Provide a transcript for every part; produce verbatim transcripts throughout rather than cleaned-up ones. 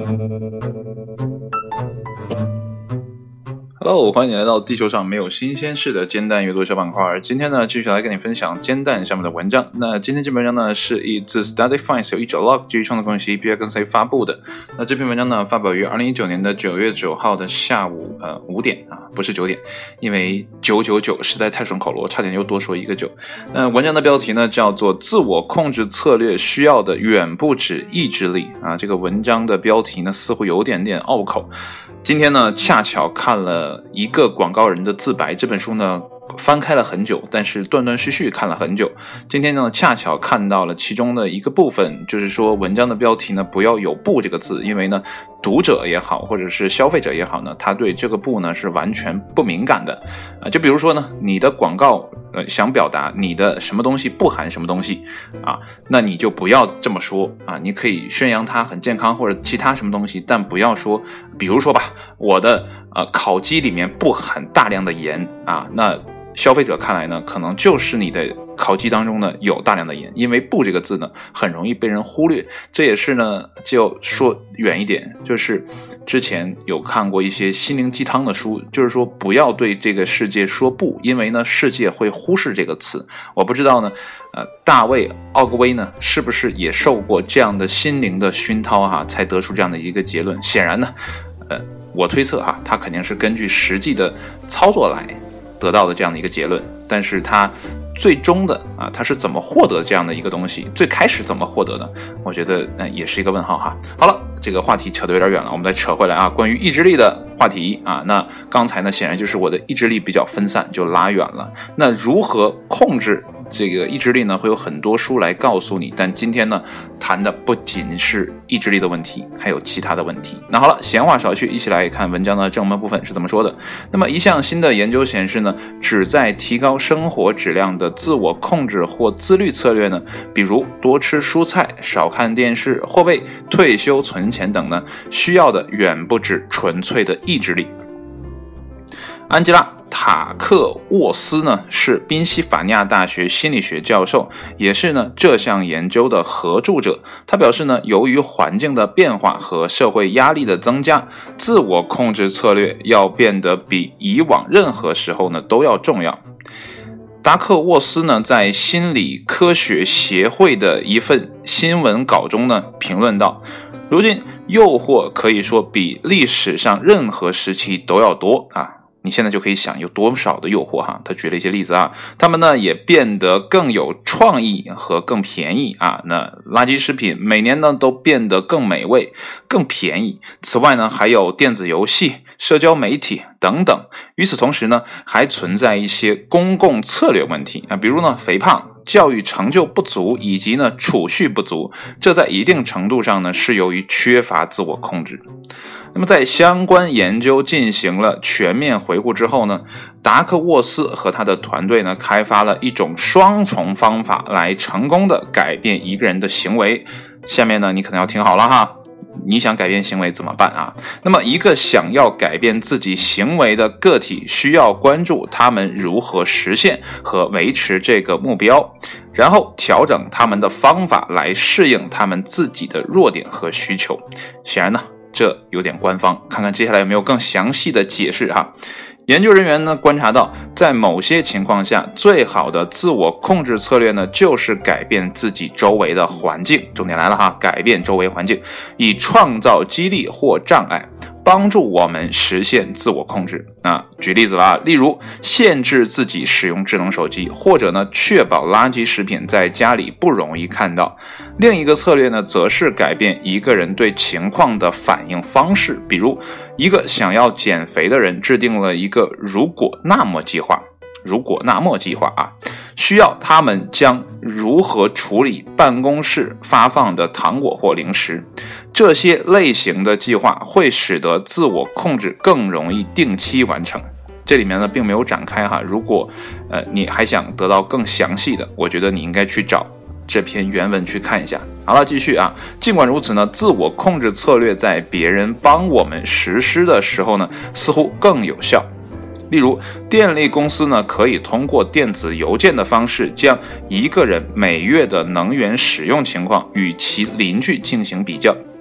Hello， 欢迎你来到地球上没有新鲜事的煎蛋阅读小板块。今天呢，继续来跟你分享煎蛋上面的文章。那今天这篇文章呢，是以自 Study Finds 由一九 log 基于创作共析 B I 跟 C 发布的。那这篇文章呢，发表于二零一九年的九月九号的下午呃五点啊，不是九点，因为九九九实在太顺口了，我差点又多说一个九。那文章的标题呢，叫做自我控制策略需要的远不止意志力啊。这个文章的标题呢，似乎有点点拗口。今天呢，恰巧看了一个广告人的自白，这本书呢翻开了很久，但是断断续续看了很久。今天呢，恰巧看到了其中的一个部分，就是说文章的标题呢不要有不这个字，因为呢读者也好，或者是消费者也好呢，他对这个不呢是完全不敏感的啊。就比如说呢，你的广告呃想表达你的什么东西不含什么东西啊，那你就不要这么说啊。你可以宣扬它很健康或者其他什么东西，但不要说，比如说吧，我的呃烤鸡里面不含大量的盐啊，那消费者看来呢，可能就是你的烤鸡当中呢有大量的盐，因为不这个字呢很容易被人忽略。这也是呢，就说远一点，就是之前有看过一些心灵鸡汤的书，就是说不要对这个世界说不，因为呢世界会忽视这个词。我不知道呢呃，大卫奥格威呢是不是也受过这样的心灵的熏陶哈，才得出这样的一个结论。显然呢呃，我推测哈，他肯定是根据实际的操作来得到的这样的一个结论，但是他最终的啊，他是怎么获得这样的一个东西？最开始怎么获得的？我觉得呃也是一个问号哈。好了，这个话题扯得有点远了，我们再扯回来啊。关于意志力的话题啊，那刚才呢显然就是我的意志力比较分散，就拉远了。那如何控制这个意志力呢？会有很多书来告诉你，但今天呢谈的不仅是意志力的问题，还有其他的问题。那好了，闲话少叙，一起来看文章的正文部分是怎么说的。那么一项新的研究显示呢，旨在提高生活质量的自我控制或自律策略呢，比如多吃蔬菜、少看电视或为退休存钱等呢，需要的远不止纯粹的意志力。安吉拉·塔克沃斯呢是宾夕法尼亚大学心理学教授，也是呢这项研究的合著者。他表示呢，由于环境的变化和社会压力的增加，自我控制策略要变得比以往任何时候呢都要重要。达克沃斯呢在心理科学协会的一份新闻稿中呢评论道，如今诱惑可以说比历史上任何时期都要多啊。你现在就可以想有多少的诱惑哈，他举了一些例子啊，他们呢也变得更有创意和更便宜啊。那垃圾食品每年呢都变得更美味、更便宜。此外呢，还有电子游戏、社交媒体等等。与此同时呢，还存在一些公共策略问题啊，比如呢肥胖、教育成就不足以及呢储蓄不足，这在一定程度上呢是由于缺乏自我控制。那么在相关研究进行了全面回顾之后呢，达克沃斯和他的团队呢开发了一种双重方法来成功的改变一个人的行为。下面呢你可能要听好了哈，你想改变行为怎么办啊？那么一个想要改变自己行为的个体需要关注他们如何实现和维持这个目标，然后调整他们的方法来适应他们自己的弱点和需求。显然呢这有点官方，看看接下来有没有更详细的解释哈。研究人员呢观察到，在某些情况下，最好的自我控制策略呢就是改变自己周围的环境。重点来了哈，改变周围环境，以创造激励或障碍，帮助我们实现自我控制。啊，举例子了啊，例如限制自己使用智能手机，或者呢确保垃圾食品在家里不容易看到。另一个策略呢，则是改变一个人对情况的反应方式，比如一个想要减肥的人制定了一个如果那么计划。如果那么计划啊，需要他们将如何处理办公室发放的糖果或零食。这些类型的计划会使得自我控制更容易定期完成。这里面呢并没有展开哈，如果呃你还想得到更详细的，我觉得你应该去找这篇原文去看一下。好了，继续啊。尽管如此呢，自我控制策略在别人帮我们实施的时候呢，似乎更有效。例如，电力公司呢可以通过电子邮件的方式，将一个人每月的能源使用情况与其邻居进行比较。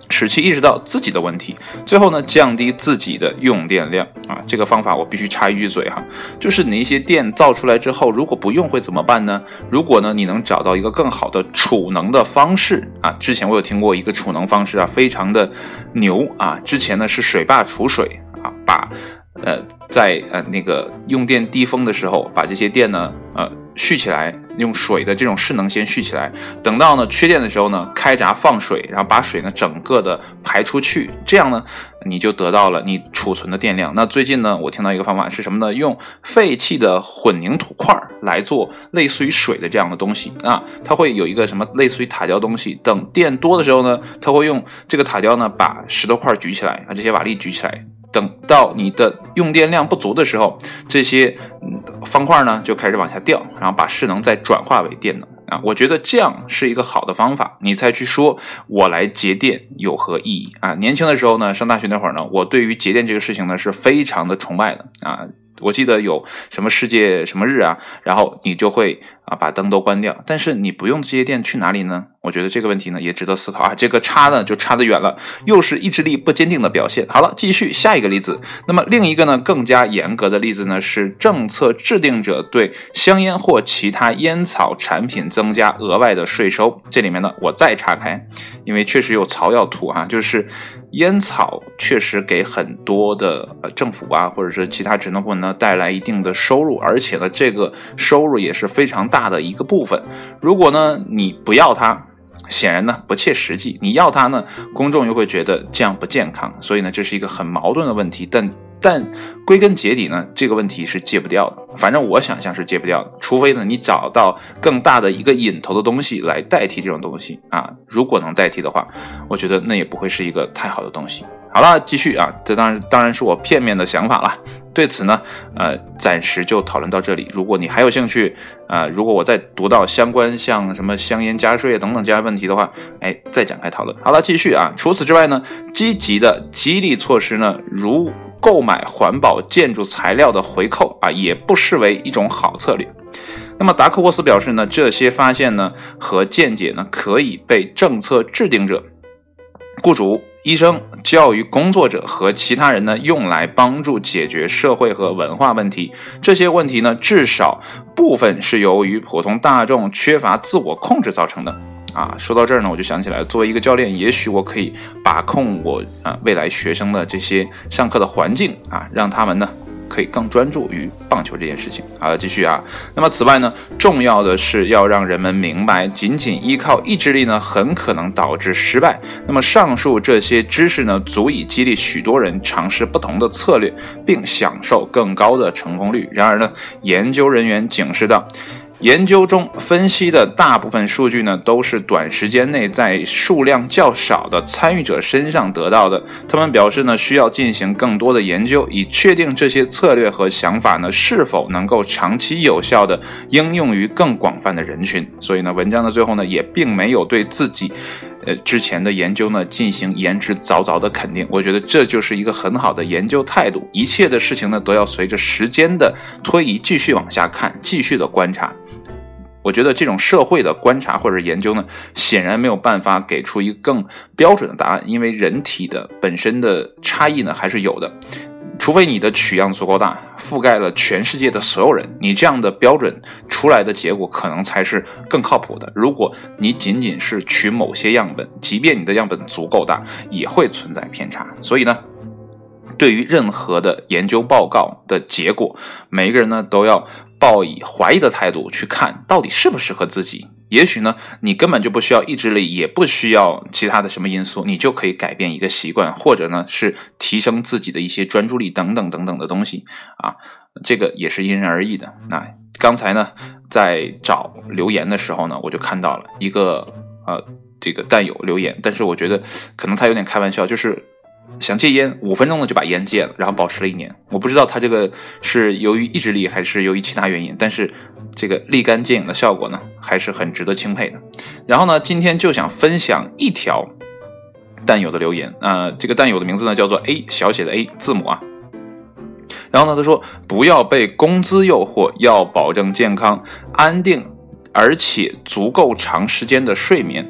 使其意识到自己的问题，最后呢降低自己的用电量啊。这个方法我必须插一句嘴哈，就是你一些电造出来之后，如果不用会怎么办呢？如果呢你能找到一个更好的储能的方式啊，之前我有听过一个储能方式啊，非常的牛啊。之前呢是水坝储水啊，把呃在呃那个用电低峰的时候，把这些电呢呃蓄起来，用水的这种势能先蓄起来，等到呢缺电的时候呢开闸放水，然后把水呢整个的排出去，这样呢你就得到了你储存的电量。那最近呢我听到一个方法是什么呢？用废弃的混凝土块来做类似于水的这样的东西啊，它会有一个什么类似于塔吊东西，等电多的时候呢，它会用这个塔吊呢把石头块举起来，把这些瓦砾举起来，等到你的用电量不足的时候，这些方块呢就开始往下掉，然后把势能再转化为电能啊。我觉得这样是一个好的方法，你再去说我来节电有何意义啊？年轻的时候呢，上大学那会儿呢，我对于节电这个事情呢是非常的崇拜的啊。我记得有什么世界什么日啊，然后你就会啊把灯都关掉，但是你不用这些电去哪里呢？我觉得这个问题呢也值得思考啊。这个差呢就差得远了，又是意志力不坚定的表现。好了，继续下一个例子。那么另一个呢更加严格的例子呢是政策制定者对香烟或其他烟草产品增加额外的税收。这里面呢我再岔开，因为确实有槽要吐啊，就是烟草确实给很多的呃政府啊或者是其他职能部门呢带来一定的收入，而且呢这个收入也是非常大的一个部分。如果呢你不要它，显然呢不切实际，你要它呢公众又会觉得这样不健康，所以呢这是一个很矛盾的问题。但但归根结底呢这个问题是戒不掉的，反正我想象是戒不掉的，除非呢你找到更大的一个引头的东西来代替这种东西啊。如果能代替的话，我觉得那也不会是一个太好的东西。好了，继续啊，这当然当然是我片面的想法了。对此呢，呃，暂时就讨论到这里。如果你还有兴趣，呃，如果我再读到相关像什么香烟加税等等这样的问题的话，哎，再展开讨论。好了，继续啊。除此之外呢，积极的激励措施呢，如购买环保建筑材料的回扣啊，也不失为一种好策略。那么达克沃斯表示呢，这些发现呢和见解呢，可以被政策制定者、雇主、医生、教育工作者和其他人呢用来帮助解决社会和文化问题。这些问题呢，至少部分是由于普通大众缺乏自我控制造成的。啊，说到这儿呢，我就想起来，作为一个教练，也许我可以把控我啊未来学生的这些上课的环境啊，让他们呢可以更专注于棒球这件事情。好了，继续啊。那么此外呢，重要的是要让人们明白，仅仅依靠意志力呢，很可能导致失败。那么上述这些知识呢，足以激励许多人尝试不同的策略，并享受更高的成功率。然而呢，研究人员警示到，研究中分析的大部分数据呢，都是短时间内在数量较少的参与者身上得到的。他们表示呢，需要进行更多的研究，以确定这些策略和想法呢，是否能够长期有效的应用于更广泛的人群。所以呢，文章的最后呢，也并没有对自己呃之前的研究呢进行言之凿凿的肯定。我觉得这就是一个很好的研究态度。一切的事情呢，都要随着时间的推移继续往下看，继续的观察。我觉得这种社会的观察或者研究呢，显然没有办法给出一个更标准的答案，因为人体的本身的差异呢还是有的。除非你的取样足够大，覆盖了全世界的所有人，你这样的标准出来的结果可能才是更靠谱的。如果你仅仅是取某些样本，即便你的样本足够大，也会存在偏差。所以呢，对于任何的研究报告的结果，每一个人呢都要抱以怀疑的态度去看，到底适不适合自己。也许呢，你根本就不需要意志力，也不需要其他的什么因素，你就可以改变一个习惯，或者呢是提升自己的一些专注力等等等等的东西啊，这个也是因人而异的。那刚才呢，在找留言的时候呢，我就看到了一个呃这个弹友留言，但是我觉得可能他有点开玩笑，就是想戒烟，五分钟呢就把烟戒了，然后保持了一年。我不知道他这个是由于意志力还是由于其他原因，但是这个立竿见影的效果呢，还是很值得钦佩的。然后呢，今天就想分享一条弹友的留言，呃，这个弹友的名字呢叫做 A 小写的 A 字母啊。然后呢，他说不要被工资诱惑，要保证健康、安定而且足够长时间的睡眠。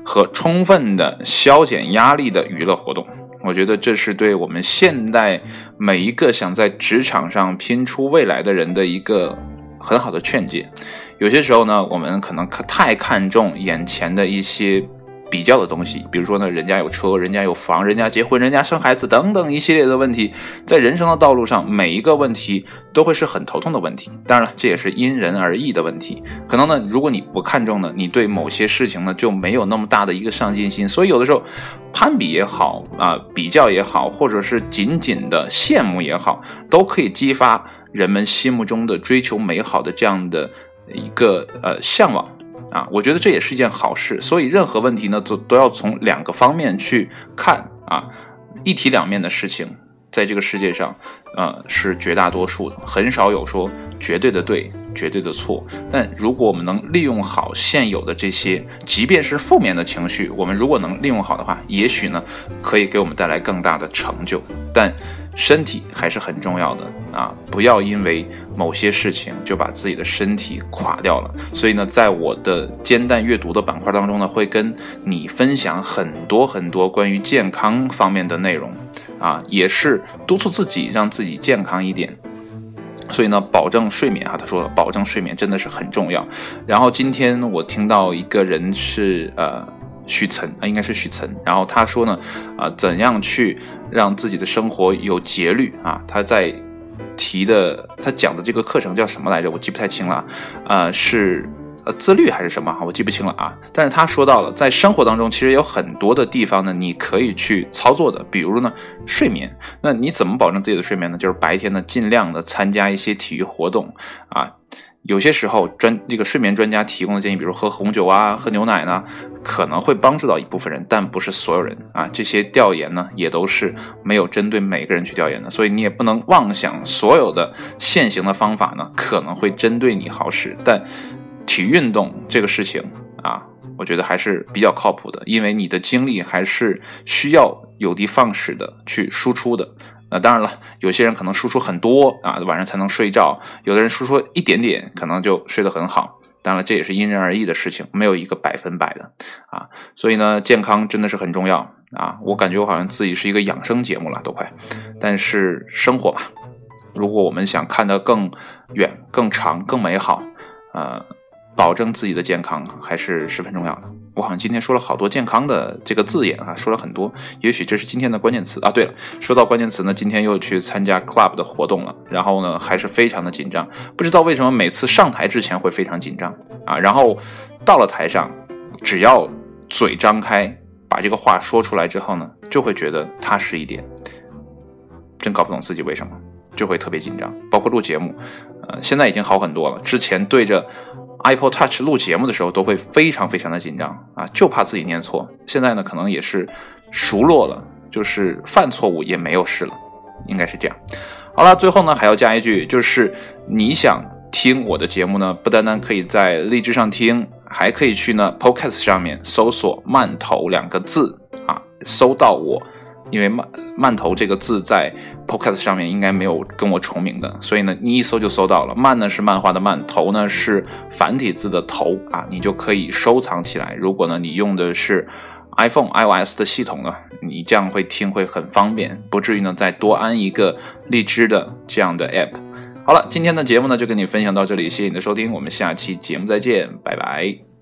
和充分的消减压力的娱乐活动。我觉得这是对我们现代每一个想在职场上拼出未来的人的一个很好的劝诫。有些时候呢，我们可能太看重眼前的一些比较的东西，比如说呢，人家有车，人家有房，人家结婚，人家生孩子等等一系列的问题，在人生的道路上，每一个问题都会是很头痛的问题。当然了，这也是因人而异的问题。可能呢，如果你不看重呢，你对某些事情呢就没有那么大的一个上进心，所以有的时候攀比也好啊、呃，比较也好，或者是仅仅的羡慕也好，都可以激发人们心目中的追求美好的这样的一个呃向往。啊，我觉得这也是一件好事，所以任何问题呢，都都要从两个方面去看啊，一体两面的事情，在这个世界上，呃，是绝大多数的，很少有说绝对的对，绝对的错。但如果我们能利用好现有的这些，即便是负面的情绪，我们如果能利用好的话，也许呢，可以给我们带来更大的成就。但身体还是很重要的啊，不要因为某些事情就把自己的身体垮掉了。所以呢，在我的煎蛋阅读的板块当中呢，会跟你分享很多很多关于健康方面的内容啊，也是督促自己让自己健康一点。所以呢，保证睡眠啊，他说了，保证睡眠真的是很重要。然后今天我听到一个人是呃许岑啊，应该是许岑，然后他说呢，啊、呃，怎样去让自己的生活有节律啊？他在提的，他讲的这个课程叫什么来着？我记不太清了，呃，是呃自律还是什么？我记不清了啊。但是他说到了，在生活当中，其实有很多的地方呢，你可以去操作的，比如呢，睡眠。那你怎么保证自己的睡眠呢？就是白天呢，尽量的参加一些体育活动啊。有些时候专这个睡眠专家提供的建议，比如喝红酒啊，喝牛奶呢，可能会帮助到一部分人，但不是所有人啊。这些调研呢，也都是没有针对每个人去调研的，所以你也不能妄想所有的现行的方法呢，可能会针对你好使。但体育运动这个事情啊，我觉得还是比较靠谱的，因为你的精力还是需要有的放矢的去输出的。那当然了，有些人可能输出很多啊，晚上才能睡觉；有的人输出一点点，可能就睡得很好。当然，这也是因人而异的事情，没有一个百分百的啊。所以呢，健康真的是很重要啊。我感觉我好像自己是一个养生节目了，都快。但是生活吧，如果我们想看得更远、更长、更美好，呃，保证自己的健康还是十分重要的。我好像今天说了好多健康的这个字眼啊，说了很多，也许这是今天的关键词啊。对了，说到关键词呢，今天又去参加 club 的活动了，然后呢还是非常的紧张，不知道为什么每次上台之前会非常紧张啊，然后到了台上，只要嘴张开把这个话说出来之后呢，就会觉得踏实一点，真搞不懂自己为什么就会特别紧张。包括录节目，呃，现在已经好很多了，之前对着Apple Touch 录节目的时候都会非常非常的紧张啊，就怕自己念错。现在呢，可能也是熟络了，就是犯错误也没有事了，应该是这样。好了，最后呢还要加一句，就是你想听我的节目呢，不单单可以在荔枝上听，还可以去呢 Podcast 上面搜索慢头两个字啊，搜到我。因为慢慢头这个字在 Podcast 上面应该没有跟我重名的，所以呢你一搜就搜到了。慢呢是漫画的慢，头呢是繁体字的头啊，你就可以收藏起来。如果呢你用的是 iPhone iOS 的系统呢，你这样会听会很方便，不至于呢再多安一个荔枝的这样的 app。好了，今天的节目呢就跟你分享到这里，谢谢你的收听，我们下期节目再见，拜拜。